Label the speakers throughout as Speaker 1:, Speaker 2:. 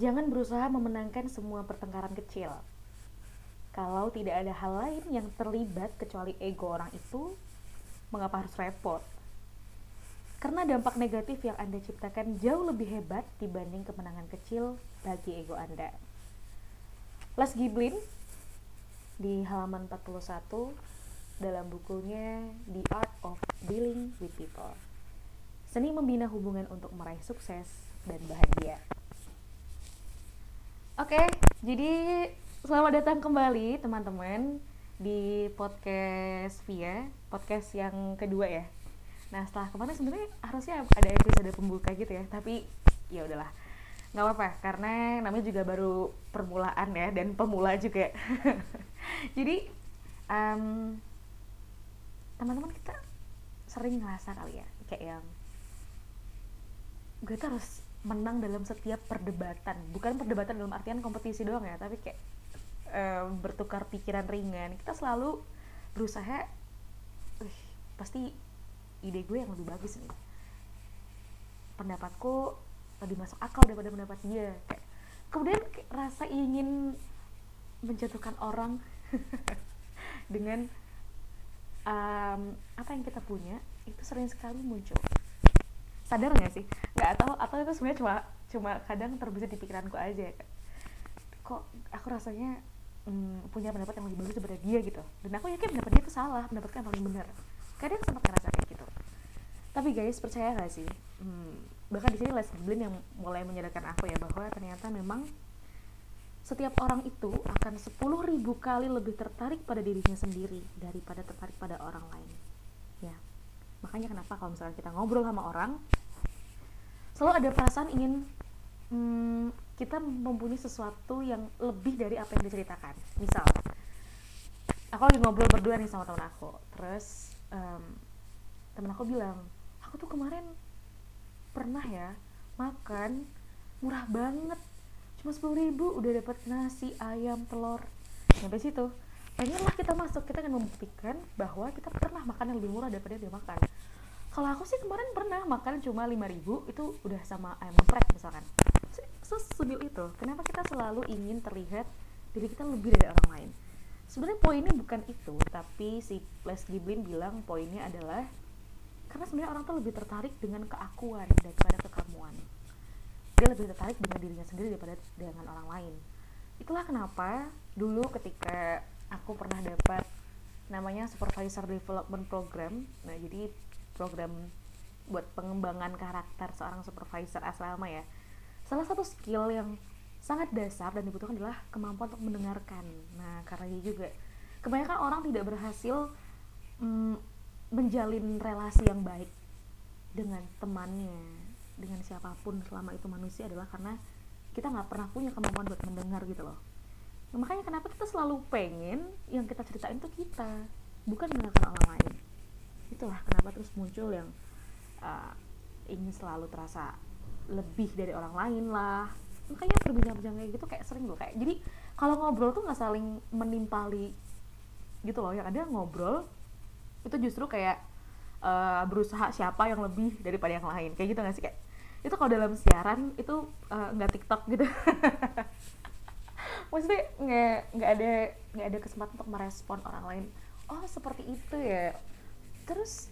Speaker 1: Jangan berusaha memenangkan semua pertengkaran kecil. Kalau tidak ada hal lain yang terlibat kecuali ego orang itu, mengapa harus repot? Karena dampak negatif yang Anda ciptakan jauh lebih hebat dibanding kemenangan kecil bagi ego Anda. Les Giblin di halaman 41 dalam bukunya The Art of Dealing with People. Seni membina hubungan untuk meraih sukses dan bahagia. Oke, jadi selamat datang kembali teman-teman di podcast Via, podcast yang kedua ya. Nah, setelah kemarin sebenarnya harusnya ada episode pembuka gitu ya, tapi ya udahlah, nggak apa-apa karena namanya juga baru permulaan ya, dan pemula juga. Jadi teman-teman, kita sering ngerasa kali ya kayak yang gue tuh harus menang dalam setiap perdebatan, bukan perdebatan dalam artian kompetisi doang ya, tapi kayak bertukar pikiran ringan. Kita selalu berusaha, pasti ide gue yang lebih bagus nih, pendapatku lebih masuk akal daripada pendapat dia. Kemudian rasa ingin menjatuhkan orang dengan apa yang kita punya itu sering sekali muncul. Sadar nggak sih? Nggak tahu, atau itu sebenarnya cuma kadang terbesit di pikiranku aja. Kok aku rasanya punya pendapat yang lebih bagus daripada dia gitu, dan aku yakin pendapat dia itu salah, pendapatku yang paling benar. Kadang sempat ngerasa kayak gitu. Tapi guys, percaya nggak sih? Bahkan di sini Les Giblin yang mulai menyadarkan aku ya, bahwa ternyata memang setiap orang itu akan 10.000 kali lebih tertarik pada dirinya sendiri daripada tertarik pada orang lain. Ya, makanya kenapa kalau misalnya kita ngobrol sama orang, selalu ada perasaan ingin kita mempunyai sesuatu yang lebih dari apa yang diceritakan. Misal, aku lagi ngobrol berdua nih sama teman aku, terus teman aku bilang, aku tuh kemarin pernah ya makan murah banget, cuma 10.000 udah dapat nasi, ayam, telur. Sampai situ pengenlah kita masuk, kita akan membuktikan bahwa kita pernah makan yang lebih murah daripada dia makan. Kalau aku sih kemarin pernah makan cuma 5.000, itu udah sama ayam geprek misalkan. Sesubil itu. Kenapa kita selalu ingin terlihat diri kita lebih dari orang lain? Sebenarnya poinnya bukan itu, tapi si Les Giblin bilang poinnya adalah karena sebenarnya orang tuh lebih tertarik dengan keakuan daripada kekamuan. Dia lebih tertarik dengan dirinya sendiri daripada dengan orang lain. Itulah kenapa dulu ketika aku pernah dapat namanya Supervisor Development Program. Nah, jadi program buat pengembangan karakter seorang supervisor asrama ya. Salah satu skill yang sangat dasar dan dibutuhkan adalah kemampuan untuk mendengarkan. Nah, karena ini juga kebanyakan orang tidak berhasil menjalin relasi yang baik dengan temannya, dengan siapapun selama itu manusia, adalah karena kita nggak pernah punya kemampuan buat mendengar gitu loh. Nah, makanya kenapa kita selalu pengen yang kita ceritain tuh kita, bukan mendengarkan orang lain. Itulah kenapa terus muncul yang ingin selalu terasa lebih dari orang lain lah. Makanya berbincang-bincang kayak gitu kayak sering loh, kayak jadi kalau ngobrol tuh nggak saling menimpali gitu loh. Yang ada ngobrol itu justru kayak berusaha siapa yang lebih daripada yang lain, kayak gitu nggak sih? Kayak itu kalau dalam siaran itu nggak TikTok gitu. Maksudnya nggak ada kesempatan untuk merespon orang lain. Oh seperti itu ya. Terus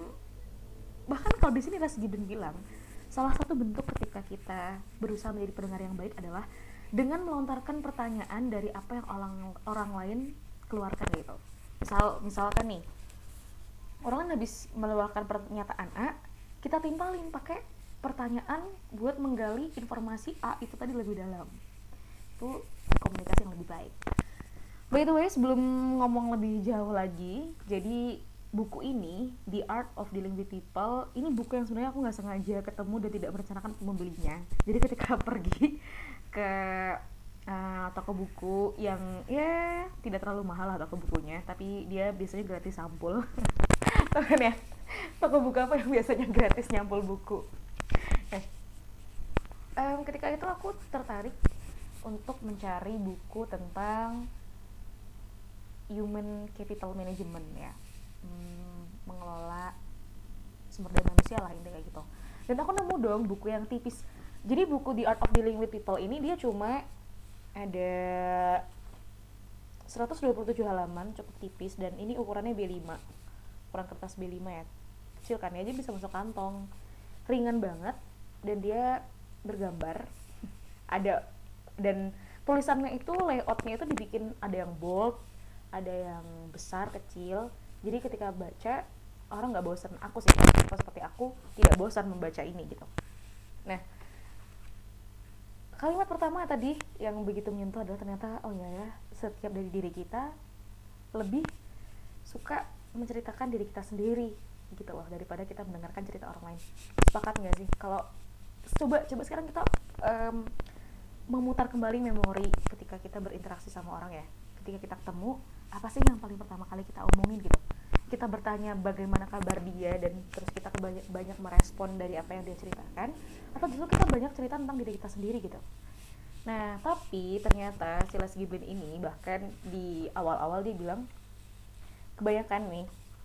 Speaker 1: bahkan kalau di sini Les Giblin bilang salah satu bentuk ketika kita berusaha menjadi pendengar yang baik adalah dengan melontarkan pertanyaan dari apa yang orang lain keluarkan gitu. Misalkan nih, orang kan habis mengeluarkan pernyataan A, kita timpalin pakai pertanyaan buat menggali informasi A itu tadi lebih dalam. Itu komunikasi yang lebih baik. By the way, sebelum ngomong lebih jauh lagi, jadi buku ini, The Art of Dealing with People, ini buku yang sebenarnya aku nggak sengaja ketemu dan tidak merencanakan membelinya. Jadi ketika pergi ke toko buku yang ya tidak terlalu mahal lah toko bukunya, tapi dia biasanya gratis sampul. Tahu kan ya, toko buku apa yang biasanya gratis nyampul buku? Ketika itu aku tertarik untuk mencari buku tentang human capital management ya, mengelola sumber daya manusia lah, intinya kayak gitu. Dan aku nemu dong buku yang tipis, Jadi buku The Art of Dealing with People ini dia cuma ada 127 halaman, cukup tipis, dan ini ukurannya B5, ukuran kertas B5 ya, kecil kan ya, jadi bisa masuk kantong, ringan banget, dan dia bergambar ada, dan tulisannya itu layoutnya itu dibikin ada yang bold, ada yang besar kecil, jadi ketika baca orang nggak bosan. Aku sih, kalau seperti aku tidak bosan membaca ini gitu. Nah, kalimat pertama tadi yang begitu menyentuh adalah ternyata oh ya, setiap dari diri kita lebih suka menceritakan diri kita sendiri gitu loh, daripada kita mendengarkan cerita orang lain. Sepakat nggak sih? Kalau coba sekarang kita memutar kembali memori ketika kita berinteraksi sama orang ya, ketika kita ketemu, apa sih yang paling pertama kali kita omongin gitu? Kita bertanya bagaimana kabar dia, dan terus kita banyak merespon dari apa yang dia ceritakan, atau justru kita banyak cerita tentang diri kita sendiri gitu. Nah, tapi ternyata si Les Giblin ini bahkan di awal-awal dia bilang kebanyakan nih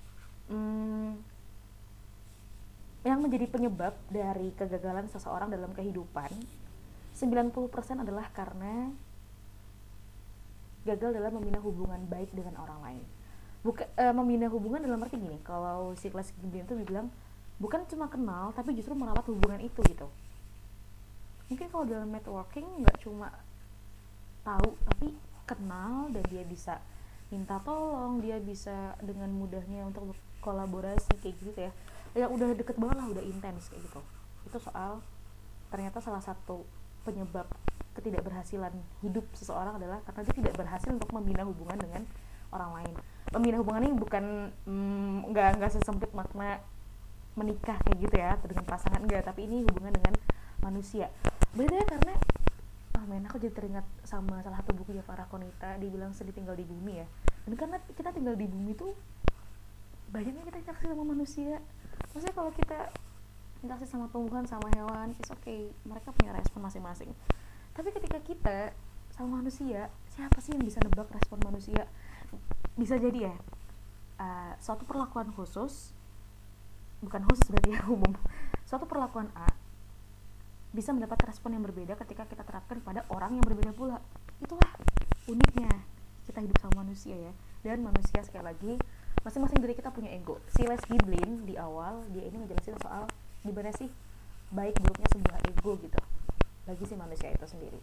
Speaker 1: yang menjadi penyebab dari kegagalan seseorang dalam kehidupan 90% adalah karena gagal dalam membina hubungan baik dengan orang lain. Membina hubungan dalam arti gini, kalau si Les Giblin itu bilang bukan cuma kenal, tapi justru merawat hubungan itu gitu. Mungkin kalau dalam networking nggak cuma tahu, tapi kenal, dan dia bisa minta tolong, dia bisa dengan mudahnya untuk berkolaborasi kayak gitu ya, yang udah deket banget lah, udah intens kayak gitu. Itu soal ternyata salah satu penyebab ketidakberhasilan hidup seseorang adalah karena dia tidak berhasil untuk membina hubungan dengan orang lain. Membina hubungan ini bukan nggak sesempit makna menikah kayak gitu ya, atau dengan pasangan, enggak, tapi ini hubungan dengan manusia. Beda karena aku jadi teringat sama salah satu bukunya Farah Konita, dibilang sedih tinggal di bumi ya. Dan karena kita tinggal di bumi tuh banyaknya kita interaksi sama manusia. Maksudnya kalau kita interaksi sama tumbuhan, sama hewan, it's okay, mereka punya respon masing-masing. Tapi ketika kita sama manusia, siapa sih yang bisa nebak respon manusia? Bisa jadi ya, suatu perlakuan khusus, bukan khusus berarti ya, umum, suatu perlakuan A bisa mendapat respon yang berbeda ketika kita terapkan pada orang yang berbeda pula. Itulah uniknya kita hidup sama manusia ya. Dan manusia, sekali lagi, masing-masing dari kita punya ego. Si Les Giblin di awal dia ini ngejelasin soal gimana sih baik buruknya sebuah ego gitu bagi si manusia itu sendiri.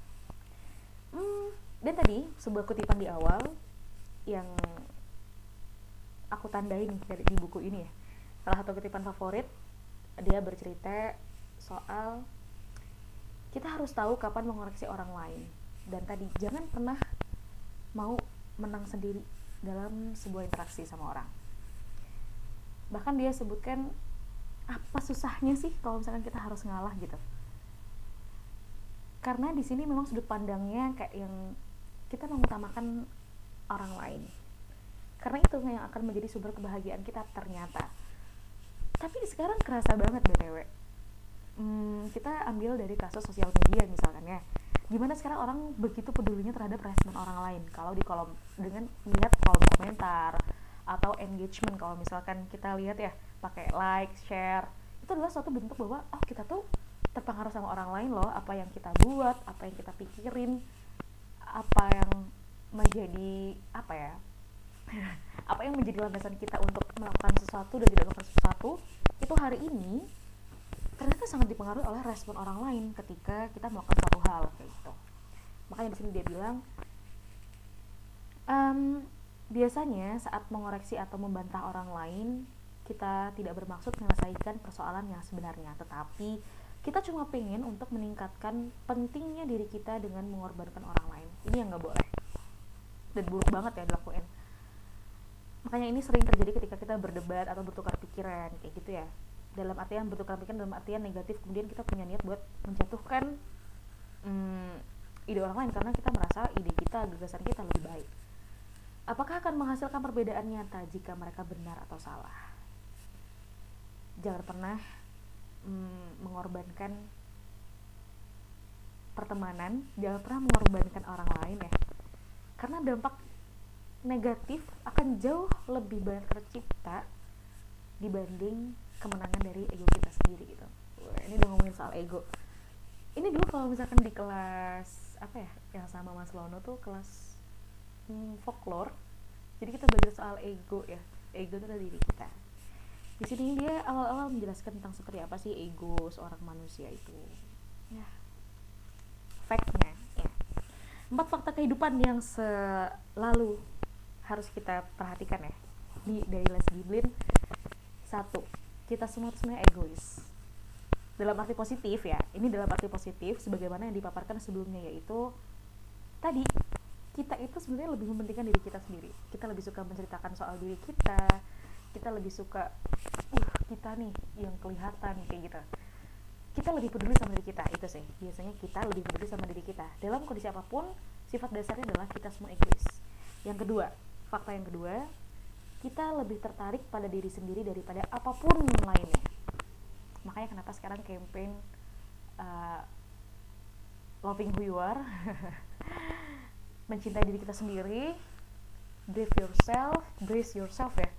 Speaker 1: Dan tadi sebuah kutipan di awal yang aku tandain dari di buku ini ya, salah satu kutipan favorit, dia bercerita soal kita harus tahu kapan mengoreksi orang lain, dan tadi jangan pernah mau menang sendiri dalam sebuah interaksi sama orang. Bahkan dia sebutkan apa susahnya sih kalau misalkan kita harus ngalah gitu, karena di sini memang sudut pandangnya kayak yang kita mengutamakan orang lain, karena itu yang akan menjadi sumber kebahagiaan kita ternyata. Tapi sekarang kerasa banget BTW, kita ambil dari kasus sosial media misalkan ya, gimana sekarang orang begitu pedulinya terhadap respon orang lain kalau di kolom, dengan lihat kolom komentar atau engagement. Kalau misalkan kita lihat ya, pakai like, share, itu adalah suatu bentuk bahwa oh kita tuh terpengaruh sama orang lain loh, apa yang kita buat, apa yang kita pikirin, apa yang menjadi apa ya apa yang menjadi landasan kita untuk melakukan sesuatu dan tidak melakukan sesuatu, itu hari ini ternyata sangat dipengaruhi oleh respon orang lain ketika kita melakukan suatu hal kayak gitu. Makanya di sini dia bilang biasanya saat mengoreksi atau membantah orang lain, kita tidak bermaksud menyelesaikan persoalan yang sebenarnya, tetapi kita cuma pengen untuk meningkatkan pentingnya diri kita dengan mengorbankan orang lain. Ini yang gak boleh dan buruk banget ya dilakuin. Makanya ini sering terjadi ketika kita berdebat atau bertukar pikiran kayak gitu ya, dalam artian bertukar pikiran dalam artian negatif, kemudian kita punya niat buat menjatuhkan ide orang lain karena kita merasa ide kita, gagasan kita lebih baik. Apakah akan menghasilkan perbedaan nyata jika mereka benar atau salah? Jangan pernah mengorbankan pertemanan, jangan pernah mengorbankan orang lain ya, karena dampak negatif akan jauh lebih banyak tercipta dibanding kemenangan dari ego kita sendiri gitu. Wah, ini udah ngomongin soal ego. Ini dulu kalau misalkan di kelas apa ya yang sama Mas Lono tuh kelas folklore, jadi kita belajar soal ego ya. Ego itu adalah diri kita. Di sini dia awal-awal menjelaskan tentang seperti apa sih ego seorang manusia itu. Ya, fact-nya ya. 4 fakta kehidupan yang selalu harus kita perhatikan ya dari Les Giblin. 1. Kita semua sebenarnya egois. Dalam arti positif ya. Ini dalam arti positif sebagaimana yang dipaparkan sebelumnya, yaitu tadi kita itu sebenarnya lebih mementingkan diri kita sendiri. Kita lebih suka menceritakan soal diri kita. Kita lebih suka kita nih yang kelihatan kayak gitu. Kita lebih peduli sama diri kita, itu sih. Biasanya kita lebih peduli sama diri kita. Dalam kondisi apapun, sifat dasarnya adalah kita semua egois. Yang kedua, fakta yang kedua, kita lebih tertarik pada diri sendiri daripada apapun lainnya. Makanya kenapa sekarang campaign loving who you are, mencintai diri kita sendiri, brace yourself ya.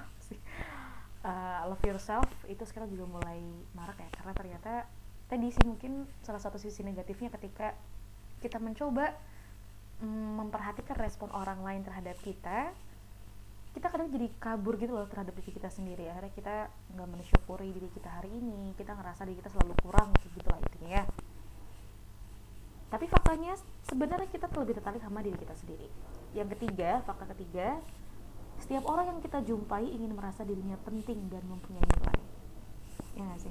Speaker 1: Love yourself itu sekarang juga mulai marak ya, karena ternyata tadi sih mungkin salah satu sisi negatifnya ketika kita mencoba memperhatikan respon orang lain terhadap kita kadang jadi kabur gitu loh terhadap diri kita sendiri. Akhirnya kita nggak mensyukuri diri kita hari ini, kita ngerasa diri kita selalu kurang gitu lah intinya ya. Tapi faktanya sebenarnya kita lebih tertarik sama diri kita sendiri. Yang ketiga, fakta ketiga, setiap orang yang kita jumpai ingin merasa dirinya penting dan mempunyai nilai. Ya gak sih?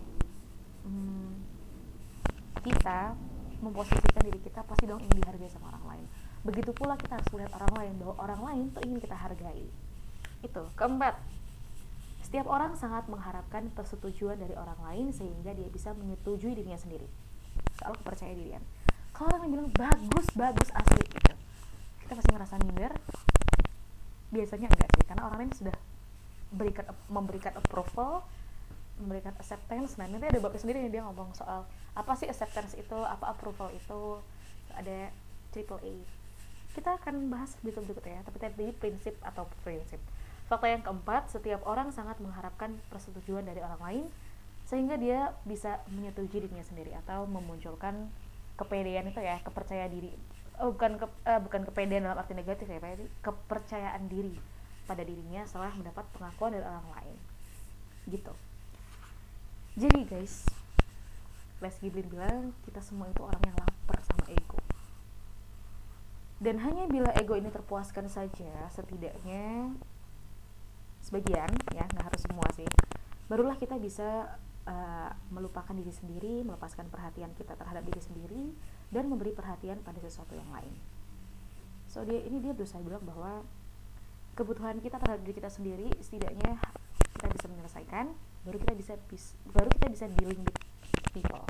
Speaker 1: Kita memposisikan diri kita pasti dong ingin dihargai sama orang lain. Begitu pula kita harus melihat orang lain bahwa orang lain tuh ingin kita hargai. Itu. Keempat, setiap orang sangat mengharapkan persetujuan dari orang lain sehingga dia bisa menyetujui dirinya sendiri. Soal kepercayaan dirian. Kalau orang yang bilang bagus asli gitu, kita pasti ngerasa minder. Biasanya enggak sih, karena orang lain sudah memberikan approval, memberikan acceptance. Nah, nanti ada babnya sendiri nih, dia ngomong soal apa sih acceptance itu, apa approval itu, ada triple A. Kita akan bahas berikutnya, tapi tadi prinsip. Fakta yang keempat, setiap orang sangat mengharapkan persetujuan dari orang lain sehingga dia bisa menyetujui dirinya sendiri atau memunculkan kepedean itu ya, kepercayaan diri. Bukan kepedean dalam arti negatif ya, kepercayaan diri pada dirinya setelah mendapat pengakuan dari orang lain. Gitu. Jadi guys, Les Giblin bilang kita semua itu orang yang lapar sama ego. Dan hanya bila ego ini terpuaskan saja, setidaknya sebagian ya, nggak harus semua sih, barulah kita bisa melupakan diri sendiri, melepaskan perhatian kita terhadap diri sendiri dan memberi perhatian pada sesuatu yang lain. So dia berusaha bilang bahwa kebutuhan kita terhadap diri kita sendiri setidaknya kita bisa menyelesaikan, baru kita bisa dealing with people.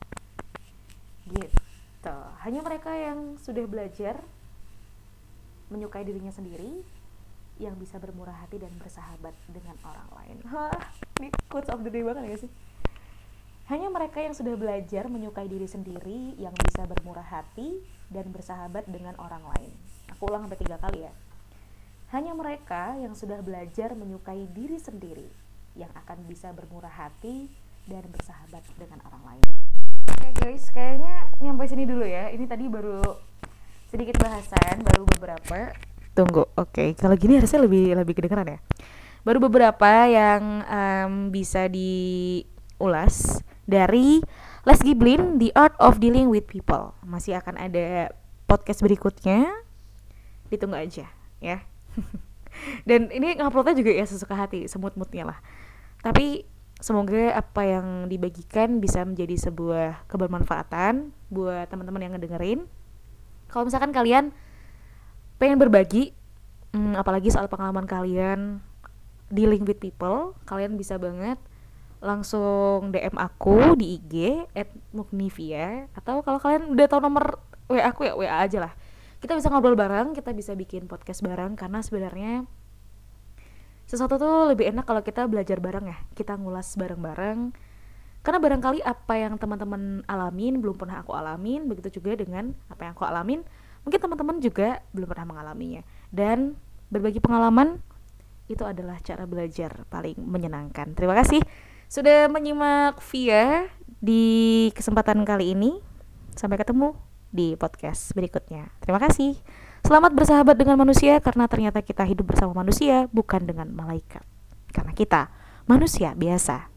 Speaker 1: Gitu. Hanya mereka yang sudah belajar menyukai dirinya sendiri yang bisa bermurah hati dan bersahabat dengan orang lain. Ini quotes of the day banget gak sih? Hanya mereka yang sudah belajar menyukai diri sendiri yang bisa bermurah hati dan bersahabat dengan orang lain. Aku ulang sampai 3 kali ya. Hanya mereka yang sudah belajar menyukai diri sendiri yang akan bisa bermurah hati dan bersahabat dengan orang lain. Oke guys, kayaknya nyampe sini dulu ya. Ini tadi baru sedikit bahasan, baru beberapa. Tunggu, oke. Kalau gini harusnya lebih kedengeran ya. Baru beberapa yang bisa diulas dari Les Giblin, The Art of Dealing with People. Masih akan ada podcast berikutnya, ditunggu aja ya. Dan ini nguploadnya juga ya sesuka hati, semut-mutnya lah. Tapi semoga apa yang dibagikan bisa menjadi sebuah kebermanfaatan buat teman-teman yang ngedengerin. Kalau misalkan kalian pengen berbagi, apalagi soal pengalaman kalian dealing with people, kalian bisa banget langsung DM aku di IG @muknivia, atau kalau kalian udah tahu nomor WA aku ya WA aja lah. Kita bisa ngobrol bareng, kita bisa bikin podcast bareng, karena sebenarnya sesuatu tuh lebih enak kalau kita belajar bareng ya, kita ngulas bareng-bareng. Karena barangkali apa yang teman-teman alamin belum pernah aku alamin, begitu juga dengan apa yang aku alamin mungkin teman-teman juga belum pernah mengalaminya. Dan berbagi pengalaman itu adalah cara belajar paling menyenangkan. Terima kasih sudah menyimak Via di kesempatan kali ini. Sampai ketemu di podcast berikutnya. Terima kasih. Selamat bersahabat dengan manusia, karena ternyata kita hidup bersama manusia, bukan dengan malaikat. Karena kita manusia biasa.